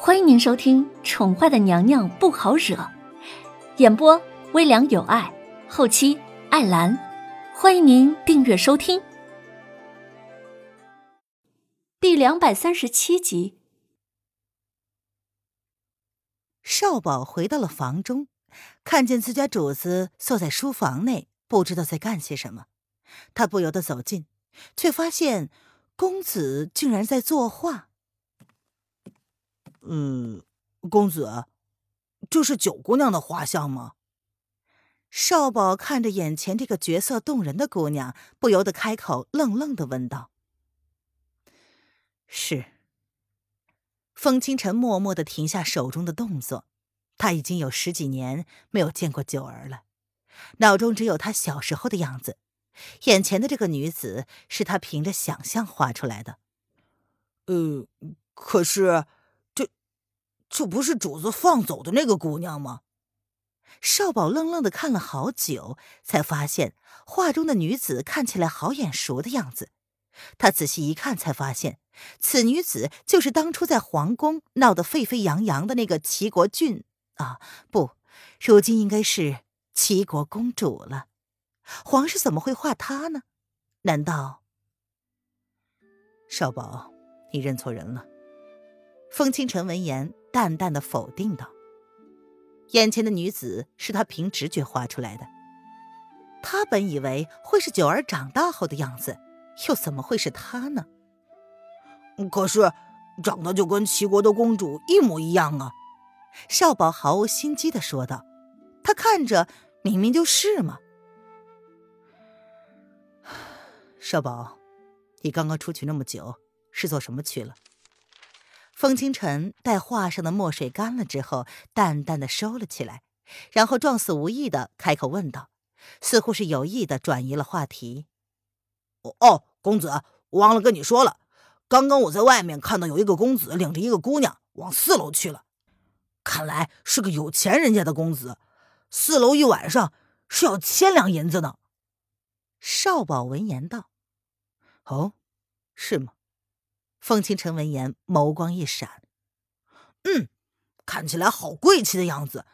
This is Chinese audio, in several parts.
欢迎您收听《宠坏的娘娘不好惹》，演播微凉有爱，后期艾兰。欢迎您订阅收听。第237集。 少保回到了房中，看见自家主子坐在书房内，不知道在干些什么。他不由得走近，却发现公子竟然在作画。 公子，这是九姑娘的画像吗？ 少保看着眼前这个绝色动人的姑娘，不由得开口愣愣地问道：“是。”风清晨默默地停下手中的动作，他已经有10几年没有见过九儿了，脑中只有她小时候的样子，眼前的这个女子是他凭着想象画出来的。 可是这不是主子放走的那个姑娘吗？ 少保愣愣地看了好久，才发现画中的女子看起来好眼熟的样子。他仔细一看，才发现此女子就是当初在皇宫闹得沸沸扬扬的那个齐国郡啊，不，如今应该是齐国公主了。皇上怎么会画她呢？难道……少保，你认错人了。风清晨闻言淡淡的否定道。眼前的女子是他凭直觉画出来的，他本以为会是九儿长大后的样子，又怎么会是她呢？ 可是长得就跟齐国的公主一模一样啊！ 少保毫无心机地说道。他看着明明就是嘛。少保，你刚刚出去那么久，是做什么去了？风清晨待画上的墨水干了之后，淡淡的收了起来，然后状似无意的开口问道，似乎是有意的转移了话题。 公子，我忘了跟你说了，刚刚我在外面看到有一个公子领着一个姑娘往4楼去了，看来是个有钱人家的公子，4楼一晚上是要1000两银子呢。 少保闻言道：“哦，是吗？”风清晨闻言眸光一闪：“ 看起来好贵气的样子。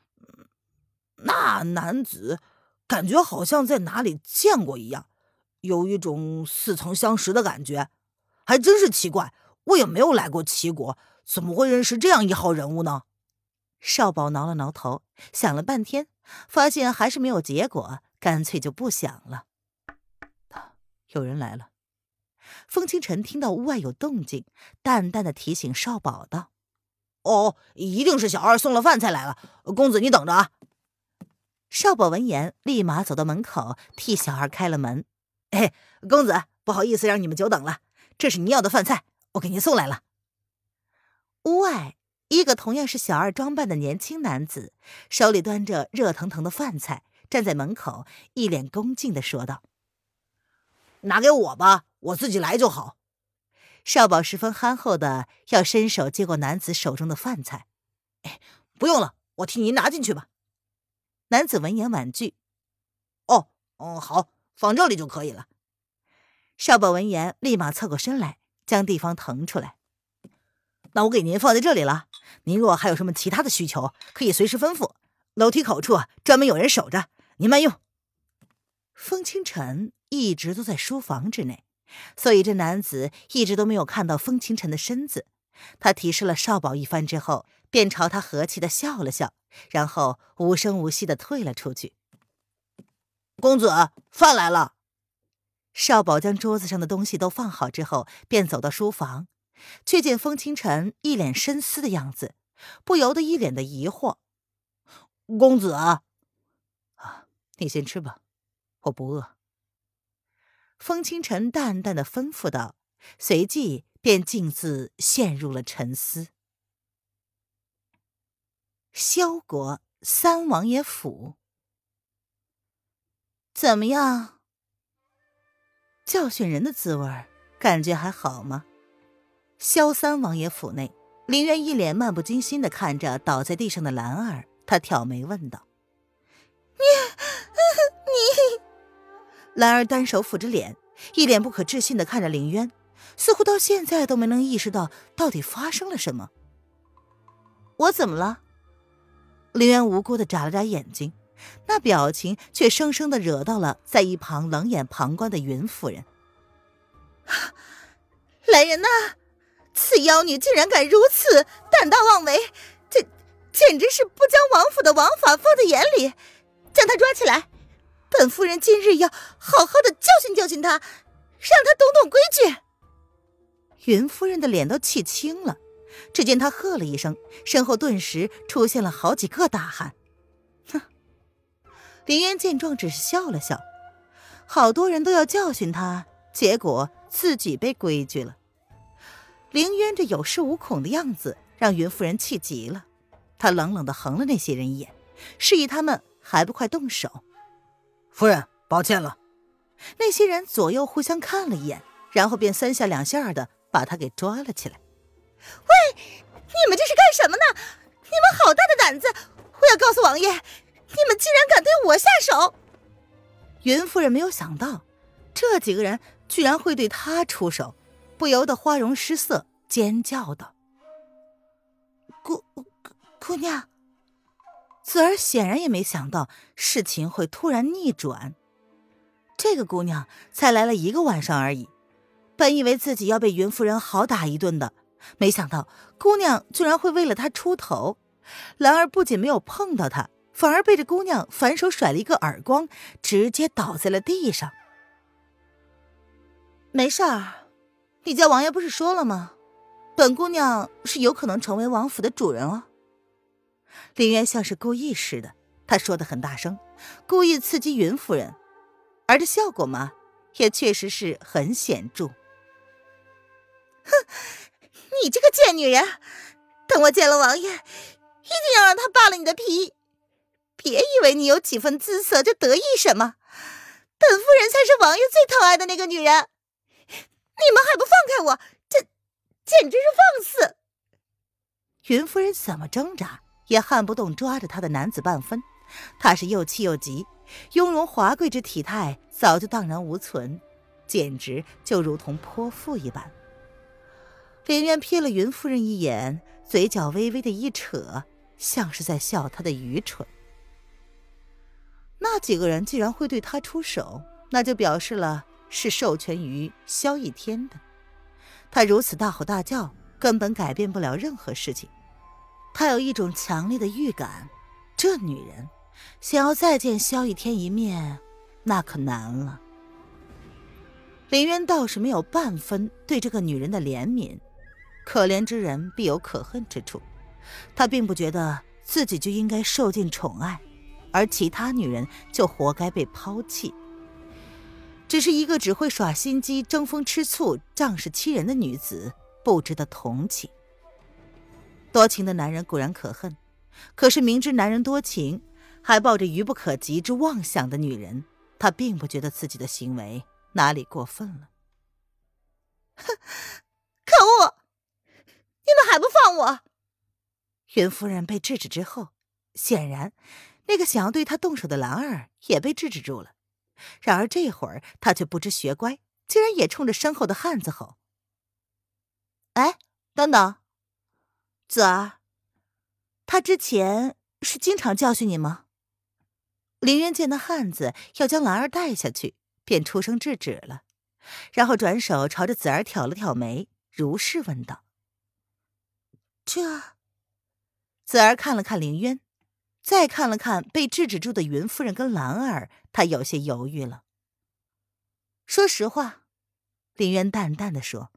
那男子感觉好像在哪里见过一样，有一种似曾相识的感觉。还真是奇怪，我也没有来过齐国，怎么会认识这样一号人物呢？” 少保挠了挠头，想了半天，发现还是没有结果，干脆就不想了。有人来了。风清晨听到屋外有动静，淡淡的提醒少保道：“ 一定是小二送了饭菜来了，公子你等着啊。” 少保闻言立马走到门口，替小二开了门。 “公子，不好意思让你们久等了，这是您要的饭菜，我给您送来了。” 屋外一个同样是小二装扮的年轻男子，手里端着热腾腾的饭菜，站在门口，一脸恭敬地说道：“ 拿给我吧，我自己来就好。” 少保十分憨厚的要伸手接过男子手中的饭菜。 “不用了，我替您拿进去吧。” 男子闻言婉拒。 好，放这里就可以了。 少保闻言立马侧过身来，将地方腾出来。 “那我给您放在这里了，您若还有什么其他的需求，可以随时吩咐，楼梯口处专门有人守着，您慢用。” 风清晨一直都在书房之内，所以这男子一直都没有看到风清晨的身子。他提示了少保一番之后，便朝他和气的笑了笑，然后无声无息的退了出去。 “公子，饭来了。” 少保将桌子上的东西都放好之后，便走到书房，却见风清晨一脸深思的样子，不由得一脸的疑惑。 “公子你先吃吧，我不饿。”风清晨淡淡的吩咐道，随即便径自陷入了沉思。萧国三王爷府，怎么样？教训人的滋味感觉还好吗？萧三王爷府内，林渊一脸漫不经心地看着倒在地上的兰儿，他挑眉问道：“你……”兰儿单手抚着脸，一脸不可置信地看着林渊，似乎到现在都没能意识到到底发生了什么。 我怎么了？林渊无辜地眨了眨眼睛，那表情却生生地惹到了在一旁冷眼旁观的云夫人。 来人呐！此妖女竟然敢如此胆大妄为，这简直是不将王府的王法放在眼里，将她抓起来！本夫人今日要好好的教训教训她，让她懂懂规矩。 云夫人的脸都气青了，只见她喝了一声，身后顿时出现了好几个大汉。哼！林渊见状只是笑了笑，好多人都要教训他，结果自己被规矩了。凌渊这有恃无恐的样子让云夫人气极了，她冷冷地横了那些人一眼，示意他们还不快动手。 夫人，抱歉了。 那些人左右互相看了一眼，然后便三下两下的把他给抓了起来。 喂，你们这是干什么呢？你们好大的胆子！我要告诉王爷，你们竟然敢对我下手！ 云夫人没有想到这几个人居然会对她出手，不由得花容失色，尖叫道：姑娘。子儿显然也没想到事情会突然逆转。这个姑娘才来了1个晚上而已，本以为自己要被云夫人好打一顿的，没想到姑娘居然会为了她出头。兰儿不仅没有碰到她，反而被这姑娘反手甩了一个耳光，直接倒在了地上。没事儿，你家王爷不是说了吗？本姑娘是有可能成为王府的主人哦。林渊像是故意似的，他说得很大声，故意刺激云夫人，而这效果嘛，也确实是很显著。 哼，你这个贱女人，等我见了王爷，一定要让他扒了你的皮！别以为你有几分姿色就得意什么，本夫人才是王爷最疼爱的那个女人，你们还不放开我，这简直是放肆！ 云夫人怎么挣扎也撼不动抓着她的男子半分，她是又气又急，雍容华贵之体态早就荡然无存，简直就如同泼妇一般。林渊瞥了云夫人一眼，嘴角微微的一扯，像是在笑她的愚蠢。那几个人既然会对他出手，那就表示了是授权于萧逸天的。他如此大吼大叫，根本改变不了任何事情。他有一种强烈的预感，这女人想要再见萧逸天一面，那可难了。林渊倒是没有半分对这个女人的怜悯，可怜之人必有可恨之处。他并不觉得自己就应该受尽宠爱，而其他女人就活该被抛弃。只是一个只会耍心机、争风吃醋、仗势欺人的女子，不值得同情。多情的男人固然可恨，可是明知男人多情，还抱着愚不可及之妄想的女人，她并不觉得自己的行为哪里过分了。 可恶！你们还不放我！ 云夫人被制止之后，显然那个想要对她动手的兰儿也被制止住了。然而这会儿她却不知学乖，竟然也冲着身后的汉子吼：哎，等等，子儿，他之前是经常教训你吗？林渊见那汉子要将兰儿带下去，便出声制止了，然后转手朝着子儿挑了挑眉，如是问道：这……子儿看了看林渊，再看了看被制止住的云夫人跟兰儿，他有些犹豫了。说实话，林渊淡淡的说：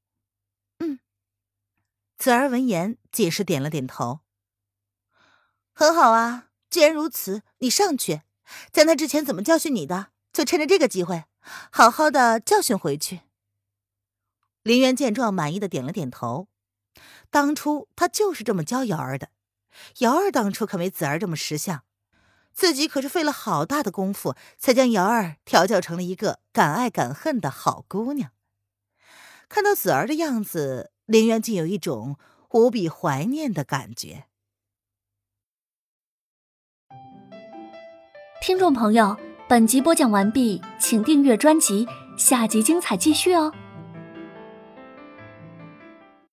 子儿闻言仅是点了点头。很好啊，既然如此，你上去，在他之前怎么教训你的，就趁着这个机会好好的教训回去。林渊见状满意的点了点头，当初他就是这么教瑶儿的，瑶儿当初可没子儿这么识相，自己可是费了好大的功夫才将瑶儿调教成了一个敢爱敢恨的好姑娘。看到子儿的样子，林渊竟有一种无比怀念的感觉。 听众朋友，本集播讲完毕，请订阅专辑，下集精彩继续哦。